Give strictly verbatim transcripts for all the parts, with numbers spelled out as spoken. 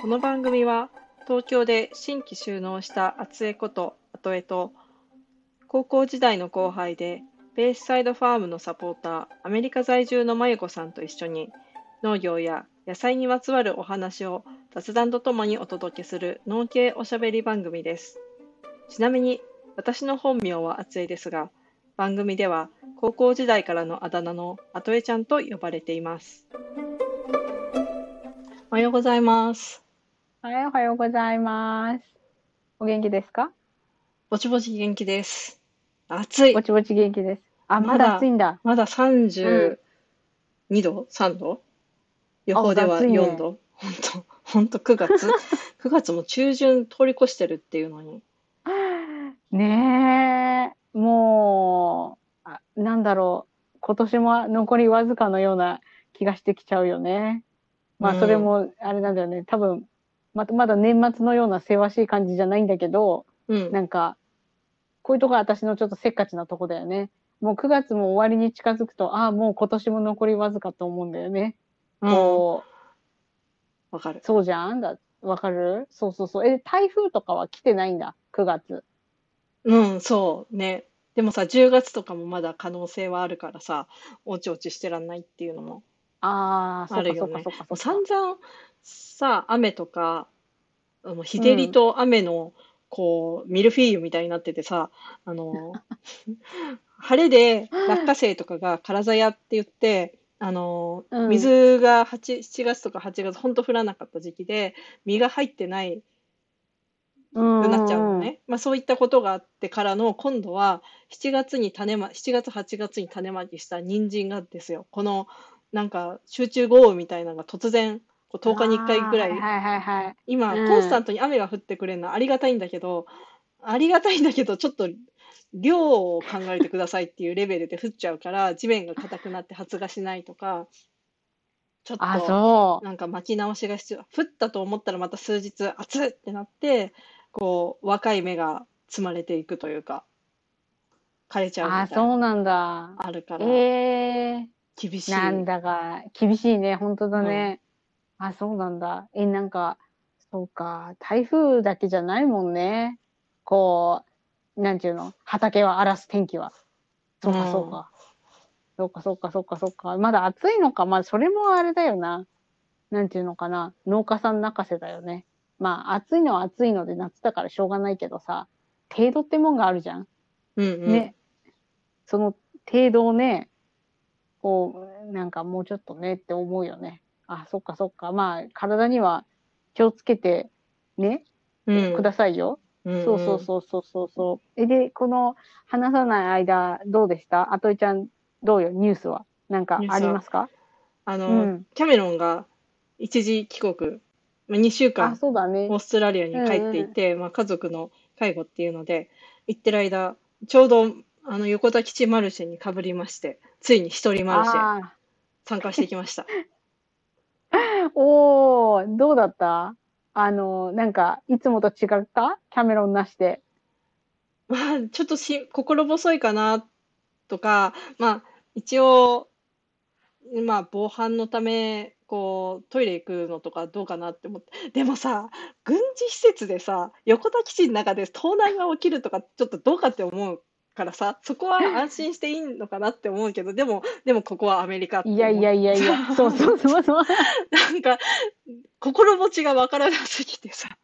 この番組は東京で新規就農した厚江ことアトエと高校時代の後輩でベイスサイドファームのサポーターアメリカ在住のまゆこさんと一緒に農業や野菜にまつわるお話を雑談とともにお届けする農系おしゃべり番組です。ちなみに私の本名は厚江ですが、番組では高校時代からのあだ名のアトエちゃんと呼ばれています。おはようございます。 はい、おはようございます。お元気ですか？ ぼちぼち元気です。暑い。 ぼちぼち元気です。あ、まだ暑まだ、 いんだ。 まだうん。 さんじゅうにど ?さん 度予報あ、 では4 暑いね。 度。ほんと、ほんとくがつ ?く 月も中旬通り越してるっていうのに。 ねえ、もう、あ、なんだろう。今年も残りわずかのような気がしてきちゃうよね。まあ、それうん。 も、あれなんだよね。多分、また、まだ年末のようなせわしい感じじゃないんだけど、 うん。 なんか、こういうとこは私のちょっとせっかちなとこだよね。もうくがつも終わりに近づくと、ああ、もう今年も残りわずかと思うんだよね。 うん。 こう、 わかる。 そうじゃんだ、わかる？そうそうそう。え、台風とかは来てないんだ、くがつ。 うん、そうね。でもさ、じゅうがつとかもまだ可能性はあるからさ、おちおちしてらんないっていうのもああ、そっかそっかあるよね。 そっかそもうっか。 散々さ、雨とか、あの日うん。 照りと雨のこうミルフィーユみたいになっててさ、あの晴れで落花生とかがカラザヤって言って、あのうん。 水がはち、しちがつとかはちがつほんと降らなかった時期で実が入ってないうくなっちゃうのんうんうん。 ね。まあそういったことがあってからの今度はしちがつに種ま、しちがつはちがつに種まきした人参がですよ。このなんか集中豪雨みたいなのが突然こうとおかにいっかいああ、 ぐらい、 はいはいはいはい。 今コンスうん。 タントに雨が降ってくれるのはありがたいんだけど、ありがたいんだけど、ちょっと量を考えてくださいっていうレベルで降っちゃうから、地面が硬くなって発芽しないとか、ちょっあ、 とそなんか巻き直しが必要。降ったと思ったらまた数日、熱っってなって、こう、若い芽が摘まれていくというか、枯れちう。 ゃうみあ、 たいな、 そうなんだ。 あるかえら、 え、 厳しなんい。 だか、厳しいね。本当だうん。 ね。あ、そうなんだ。え、なんか、そうか、台風だけじゃないもんね。こう、なんていうの、畑を荒らす天気は。 うそうかそうん。 か。そうかそうかそうかそうか。まだ暑いのか。まあ、それもあれだよな。なんていうのかな。農家さん泣かせだよね。まあ、暑いのは暑いので夏だからしょうがないけどさ、程度ってもんがあるじゃん。 うんうん。 ね。その程度をね、こう、なんかもうちょっとねって思うよね。あ、そっかそっか。まあ、体には気をつけてね、くうん。 ださいよ。 うんそうそううん。 そうそうそうそう。え、で、この話さない間、どうでした？あといちゃん、どうよ、ニュースは。なんかあニュースは、 りますか？ あの、 うん。 キャメロンが一時帰国、まあ、2週あ、 間、 そうだね。 オーストラリアうに帰ってんうん。 いて、まあ、家族の介護っていうので、行ってる間、ちょうど、あの、横田基地マルシェにかぶりまして、ついに一人マルシェあ参加してきました。 あ、おー、どうだった？あの、なんか、いつもと違った？キャメロンなしで。 まあ、ちょっとし、心細いかな、とか、まあ、一応、まあ、防犯のため、こう、トイレ行くのとかどうかなって思って。でもさ、軍事施設でさ、横田基地の中で盗難が起きるとか、ちょっとどうかって思うからさ、そこは安心していいのかなって思うけど、でも、でもここはアメリカって思っいやいやいやいさ、 や、そうそうそうそう。 なんか、心持ちがわからなすぎてさ。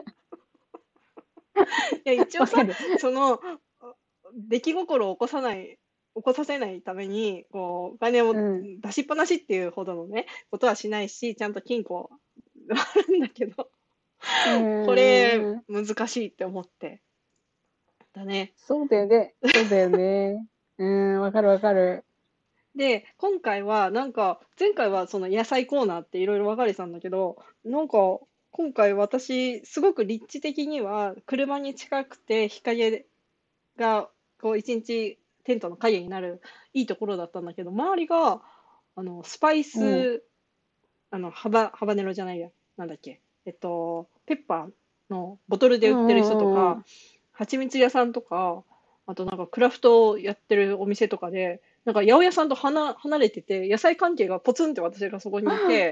いや、一応さ、 わかる。 その、出来心を起こさない、起こさせないために、こう、お金をうん。 出しっぱなしっていうほどのね、ことはしないし、ちゃんと金庫はあるんだけど、 うんこれ、 うんうん。 難しいって思って。だね。 そうだよね。そうだよね。うん、わかるわかる。 で、今回は、なんか、前回はその野菜コーナーっていろいろ分かれてたんだけど、なんか、今回私、すごく立地的には、車に近くて日陰が、こう、一日テントの影になるいいところだったんだけど、周りが、あの、スパイうん。 ス、あの、ハバ、ハバネロじゃないや、なんだっけ、えっと、ペッパーのボトルで売ってるうんう人とか、 んうんうん。 蜂蜜屋さんとか、あとなんかクラフトをやってるお店とかで、なんか八百屋さんと離、離れてて、野菜関係がポツンって私がそこにいて、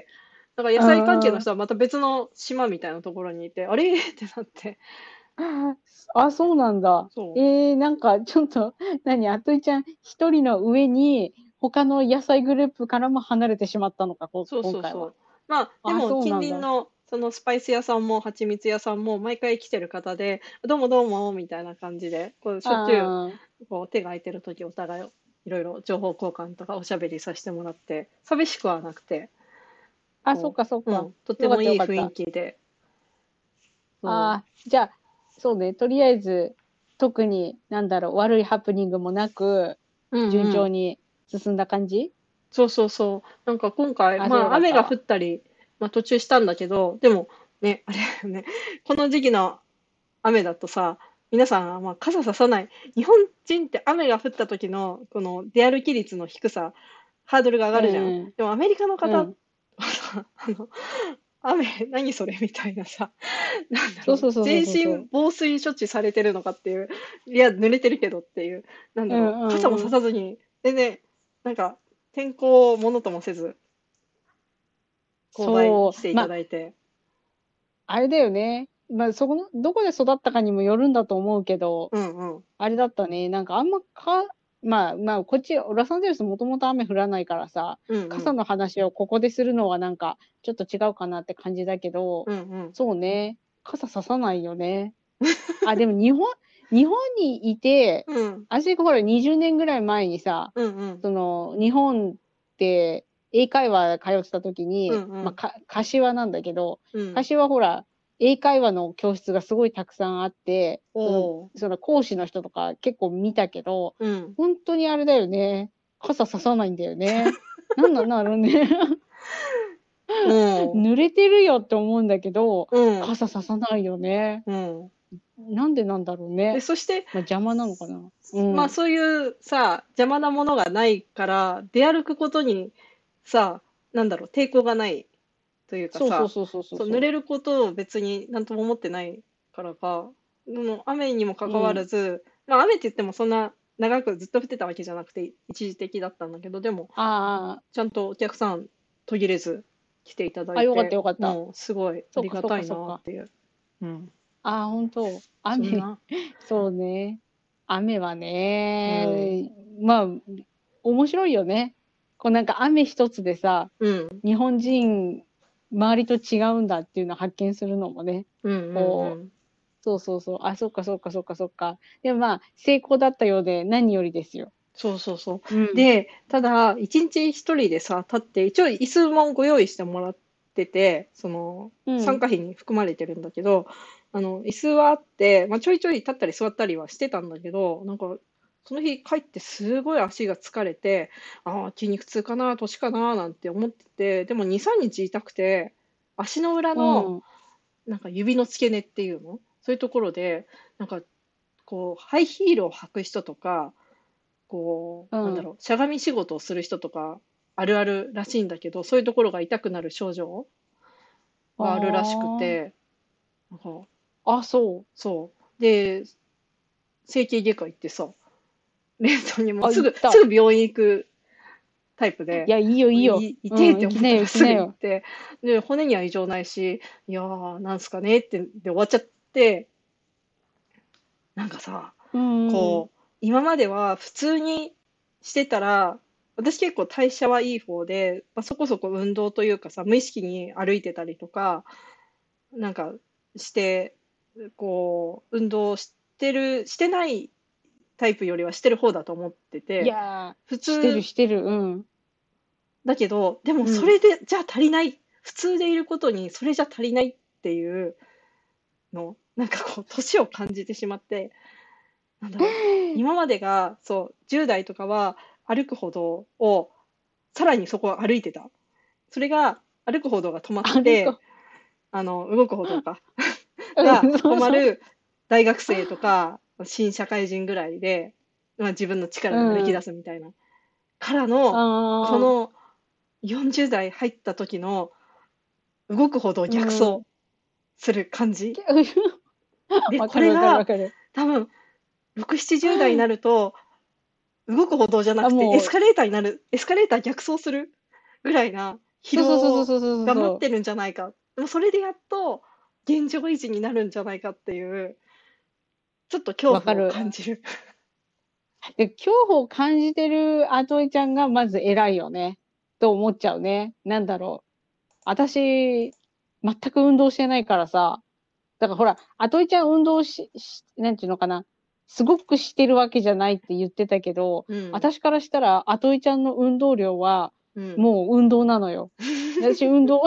だから野菜関係の人はまた別の島みたいなところにいて、あれってなって、 あ、そうなんだ。 そう。 えー、なんかちょっと、何、あといちゃん一人の上に、他の野菜グループからも離れてしまったのか、こそう今回は。 そうそう。まあ、であ、 も近そうなんだ。 隣のそのスパイス屋さんも蜂蜜屋さんも毎回来てる方で、どうもどうもみたいな感じで、こうしょっちゅうあこう手が空いてる時お互いいろいろ情報交換とかおしゃべりさせてもらって、寂しくはなくて、 あ、あ、そっこう、うかそっか。 ん、とてよかっもいい雰囲たよかった。 気で、そああ、じゃあ、そうね。とりあえず、特に、なんだろう、悪いハプニングもなく、 う、うん順うん。 調に進んだ感じ。 そうそうそう。なんか今回、 あ、そうまあ雨が降よかったわ。 ったり、まあ途中したんだけど、でもね、あれだよね、この時期の雨だとさ、皆さん、まあ、傘ささない。日本人って雨が降った時の、この出歩き率の低さ、ハードルが上がるじゃん。 うんでもアメリカのうん。う方はん。 さ、あの、雨、何それみたいなさ、なんだろう、 そうそうそうそう全そうそう。 身防水処置されてるのかっていう、いや、濡れてるけどっていう、なんうだろう、傘もさんうんうん。 さずに、全然、なんか、天候をものともせず、購買そう。 していまあ、 ただいて。 あれだよね。まあ、そこの、どこで育ったかにもよるんだと思うけど、 うんうん。 あれだったね。なんかあんまか、まあまあ、こっち、ロサンゼルスもともと雨降らないからさ、 うんうん。 傘の話をここでするのはなんか、ちょっと違うかなって感じだけど、 うんうん。 そうね。傘ささないよね。あ、でも日本、日本にいて、 うん。 私がほらにじゅうねんぐらい前にさ、 うんうん。 その、日本って英会話通ってた時に、まあ、 うんうん。 か、柏なんだけど、 うん。 柏ほら、英会話の教室がすごいたくさんあって、その、 おー。 その講師の人とか結構見たけど、 うん。 本当にあれだよね。傘ささないんだよね。なんなんだろうね。 うん。 濡れてるよって思うんだけど、 うん。 傘ささないよね。 うん。 なんでなんだろうで、 ね。 そして、 まあ、邪魔なのかな。うまあん。 そういうさ、邪魔なものがないから、出歩くことにさ、なんだろう、抵抗がないというかさ、 そうそうそうそうそうそう、濡それることを別になんとも思ってないからか、でも雨にもかう。うかわらん。 ず、まあ雨って言ってもそんな長くずっと降ってたわけじゃなくて一時的だったんだけど、でもあちゃんとお客さん途切れず来ていただあ、あ、よかったいて、 よかった。 もうすごいあそっかそっりがたいかそっか。 なっていう。うん。 ああ、本当雨、 そんな、 そうね。雨はうん、 ね、まあ、面白いよね。こうなんか雨一つでさ、 うん、 日本人、周りと違うんだっていうのを発見するのもね、 うん、うん、うこう、 ん。 そうそうそう、あ、そっかそっかそっかそっか。でもまあ、成功だったようで何よりですよ。 そうそうそう。 うん。 で、ただ、一日一人でさ、立って、一応椅子もご用意してもらってて、その、 うん。 参加費に含まれてるんだけど、あの、椅子はあって、まあ、ちょいちょい立ったり座ったりはしてたんだけど、なんか、その日帰ってすごい足が疲れて、ああ、筋肉痛かな、年かな、なんて思ってて、でもに、さんにち痛くて、足の裏うの、 ん。 なんか指の付け根っていうのそういうところで、なんか、こう、ハイヒールを履く人とか、こう、なんだうん。 ろう、しゃがみ仕事をする人とか、あるあるらしいんだけど、そういうところが痛くなる症状があるらしくあて、なんか、 あ。あ、そそう。で、整形外科行ってさ、レントにもう。あ、 うすぐ、す行った。 ぐ病院行くタイプで、 いや、いいよ、いいよ。 い、痛えっうん、 て思った行きなよ、 らすぐ行きなよ。 行って、で、骨には異常ないし、いやー、なんすかねって、で終わっちゃって、なんかさ、 うんうん。 こう、今までは普通にしてたら、私結構代謝はいい方で、まあ、そこそこ運動というかさ、無意識に歩いてたりとか、なんかして、こう、運動してる、してないタイプよりはしてる方だと思っていて、 やー、してる、 普通してる。うん。 だけど、でもうん。 それでじゃあ足りない、普通でいることにそれじゃ足りないっていうの、なんかこう、年を感じてしまって、なんだろう、今までが、そう、じゅう代とかは歩く歩道を、さらにそこを歩いてた。それが、歩く歩道が止まっあれて、 か。 あの、動く歩道か、がうん、そうそう。 止まる大学生とか、新社会人ぐらいで、まあ、自分の力で歩き出うん。 すみたいな。からの、こああ、 のよんじゅう代入った時の動く歩道う逆走ん。 する感じ。で、こわかるわかるわれがかる。 多分、ろく、ななじゅう代になると、動く歩道じゃなあ、 くてエもう、 スカレーターになる、エスカレーター逆走するぐらいな疲そうそうそうそう労そうそうが待っそてるんじゃないか。でもそれでやっと現状維持になるんじゃないかっていう、ちょっとう。 恐怖をわかる。 感じる。 で、恐怖を感じてるアトイちゃんがまず偉いよね。と思っちゃうね。なんだろう。私、全く運動してないからさ。だからほら、アトイちゃん運動し、しなんていうのかな。すごくしてるわけじゃないって言ってたけど、 うん。 私からしたら、アトイちゃんの運動量は、 うん。 もう運動なのよ。私運動、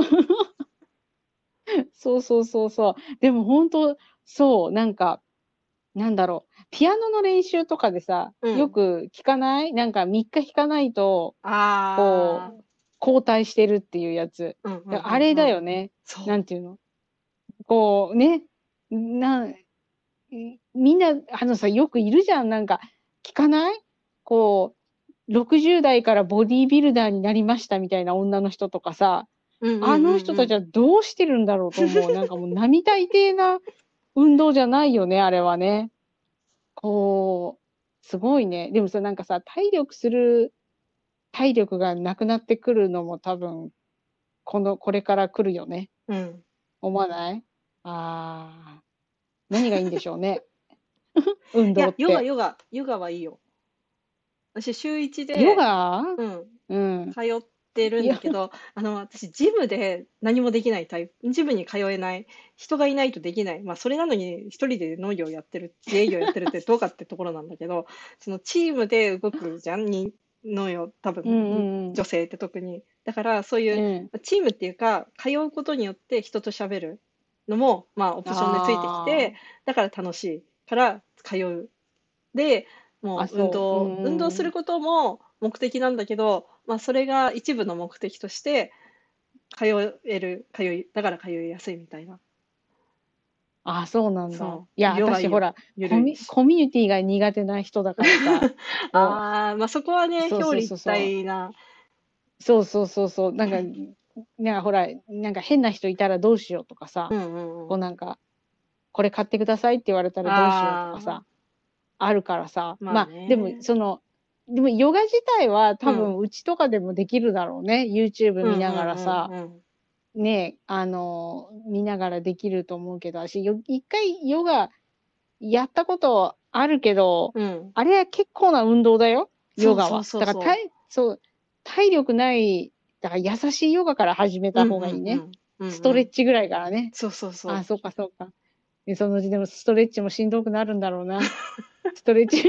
そうそうそうそう。でも本当、そう、なんか、なんだろう。ピアノの練習とかでさ、ようん。 く聞かないなんかみっか弾かないと、 ああ。 こう、後退してるっていうやつ。 うんうんだからあれうんうん。 だよね。なそんていうのこうね、な、みんな、あのさ、よくいるじゃん。なんか、聞かないこう、ろくじゅう代からボディービルダーになりましたみたいな女の人とかさ、 う。うんうんあのうんうん。 人たちはどうしてるんだろうと思う。なんかもう並大抵な運動じゃないよね、あれはね。こう、すごいね。でもさ、なんかさ、体力する、体力がなくなってくるのも多分、この、これから来るよね。 うん。 思わないああ、何がいいんでしょうね。運いや、ヨガ動って。 ヨガ、ヨガはいいよ。私週一ヨで、 ガうん、 うん。 通ってるいや、 んだけど、あの、私ジムで何もできないタイプ、ジムに通えない、人がいないとできない。まあ、それなのに一人で農業やってる、自営業やってるってどうかってところなんだけど、そのチームで動くじゃん、に農業、多うん分、にうん女性って特に。だからそういううん。うん。 チームっていうか、通うことによって人と喋るのも、まあ、オプションでついてきて、 あだから楽しいから通う。で、 あ、あ、 もう運そう。う動、運動んうん。 することも目的なんだけど、まあ、それが一部の目的として通える、通い、だから通いやすいみたいな。 あ、そうなんだ。 そう、 いや、 ヨガいいよ。 私ほら、コミ、 ゆるいし。 コミュニティが苦手な人だからさ、こああ、まあそこはう、 ね、 そうそう表裏一そうそう。 体な。 そうそうそうそう。なんか、なんかほら、なんか変な人いたらどうしようとかさ、 うんうんうん。 こうなんか、これ買ってくださいって言われたらどうしようとかああ、 さ、あるからさ。 まあまあ、でも、 ね。 その、でもヨガ自体はうん。 多分うちとかでもできるだろうね。YouTube うんう見ながらんさ、 うんうん。 ね、あの、見ながらできると思うけど、私、よ一回ヨガやったことあるけど、 うん。 あれは結構な運動だよ、 そうそうヨガは。 そうそだから体、そう、体力ない、だから優しいヨガから始めう。うたん方がいいね。 うんうん。うんストうん。 レッチぐらいからね。 そうそうそあ、 う。 そうか、そうか。で、そのうちでもストレッチもしんどくなるんだろうな。ストレッチ、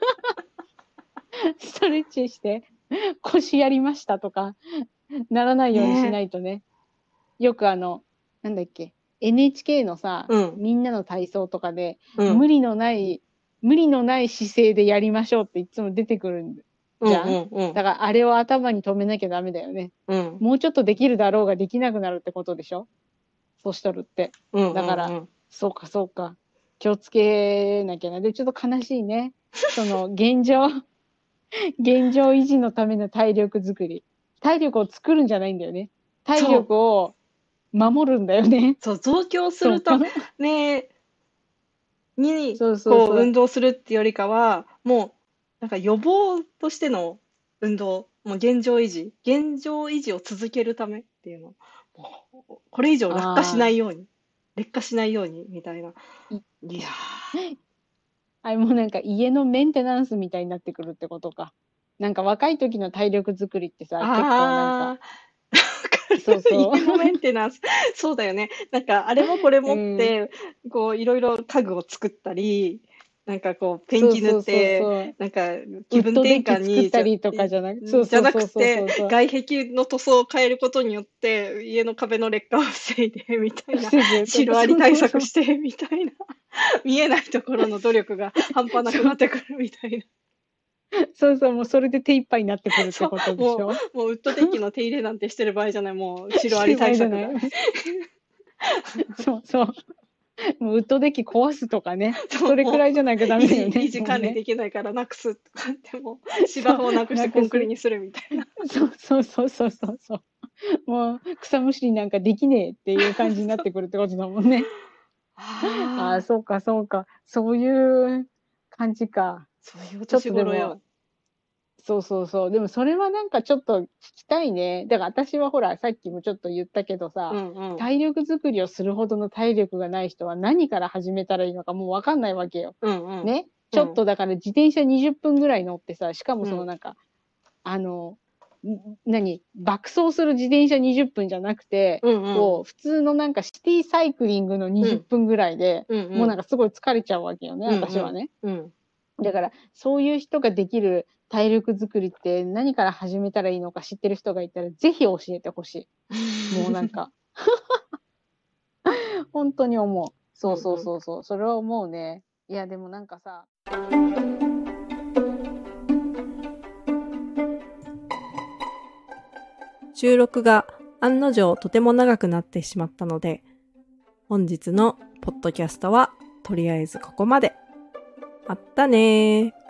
ストレッチして、腰やりましたとか、ならないようにしねないとね。よくあの、なんだっけ、エヌエイチケー のさ、 え。うん。 みんなの体操とかで、 うん。 無理のない、無理のない姿勢でやりましょうっていつも出てくるんうんうじゃん。 んうん。 だからあれを頭に留めなきゃダメだよね。 うん。 もうちょっとできるだろうができなくなるってことでしょそうしとるって。 うんうだから、 んうん。 そうかそうか。気をつけなきゃな。で、ちょっと悲しいね。その、現状、現状維持のための体力作り。体力を作るんじゃないんだよね。体そう。 力を守るんだよね。 そう、増強すそうか。 るために、 そうそうこう、 そう。 運動するってよりかは、もう、なんか予防としての運動、もう現状維持、現状維持を続けるためっていうの。もうこれ以上落下しなああ、 いように、劣化しないように、みたいな。 い、 いやあれもうなんか家のメンテナンスみたいになってくるってことか。なんか若い時の体力作りってー、 さ、結構なんか、 あー、わかる。 そうそう。 家のメンテナンス。そうだよね。なんか、あれもこれうもっん。 て、こう、いろいろ家具を作ったり、なんかこう、ペンキ塗っそうそうそうて、 そう。 なんか気ウッ分転ドデッキ換に、じゃ、 作ったりとかじゃなく、そうじゃなそうそうそうくて、 そうそう。 外壁の塗装を変えることによって、家の壁の劣化を防いで、みたいな、 防ぐとか、 シロアリ対そうそうそう。 策して、みたいな、見えないところの努力が半端なくそう、 なってくるみたいな。 そうそう、もうそれで手一杯になってくるってそう、 ことでしもょう、もうウッドデッキの手入れなんてしてる場合じゃない、もうシロアリしてる場合じゃない。 対策だ。 そうそう。もうウッドデッキ壊すとかね。 そう、 それくもらいじゃなきゃダう、維持、 メだよね。 維持もうね。 管理できないからなくすとかってもう、芝そう、 生をなくしてコンクリなくす。 にするみたいな。 そうそうそうそうそうそう。もう草むしりなんかできねえっていう感じになっそう。 てくるってことだもんね。ああ、 ああ、 そうかそうか。そういう感じか。 そういうおちょっ年とでも、 頃よ。 そうそうそう。でもそれはなんかちょっと聞きたいね。だから私はほら、さっきもちょっと言ったけどさ、 うんうん。 体力作りをするほどの体力がない人は何から始めたらいいのかもうわかんないわけよ。 うんうん。 ね。 うんちょっとだから自転車にじゅっぷんぐらい乗ってさ、しかもそうんのなんか、あの、ん何爆走する自転車にじゅっぷんじゃなくて、 うんうん。 こう、普通のなんかシティサイクリングのにじゅっぷんぐらいで、 うんうん。 もうなんかすごい疲れちゃうわけよね、 うんうん私はね。 うん。 だから、そういう人ができる体力作りって何から始めたらいいのか知ってる人がいたら、ぜひ教えてほしい。もうなんか、本当に思う。そうそうそうそう。それは思うね。いや、でもなんかさ、 収録が案の定とても長くなってしまったので、本日のポッドキャストはとりあえずここまで。まったねー。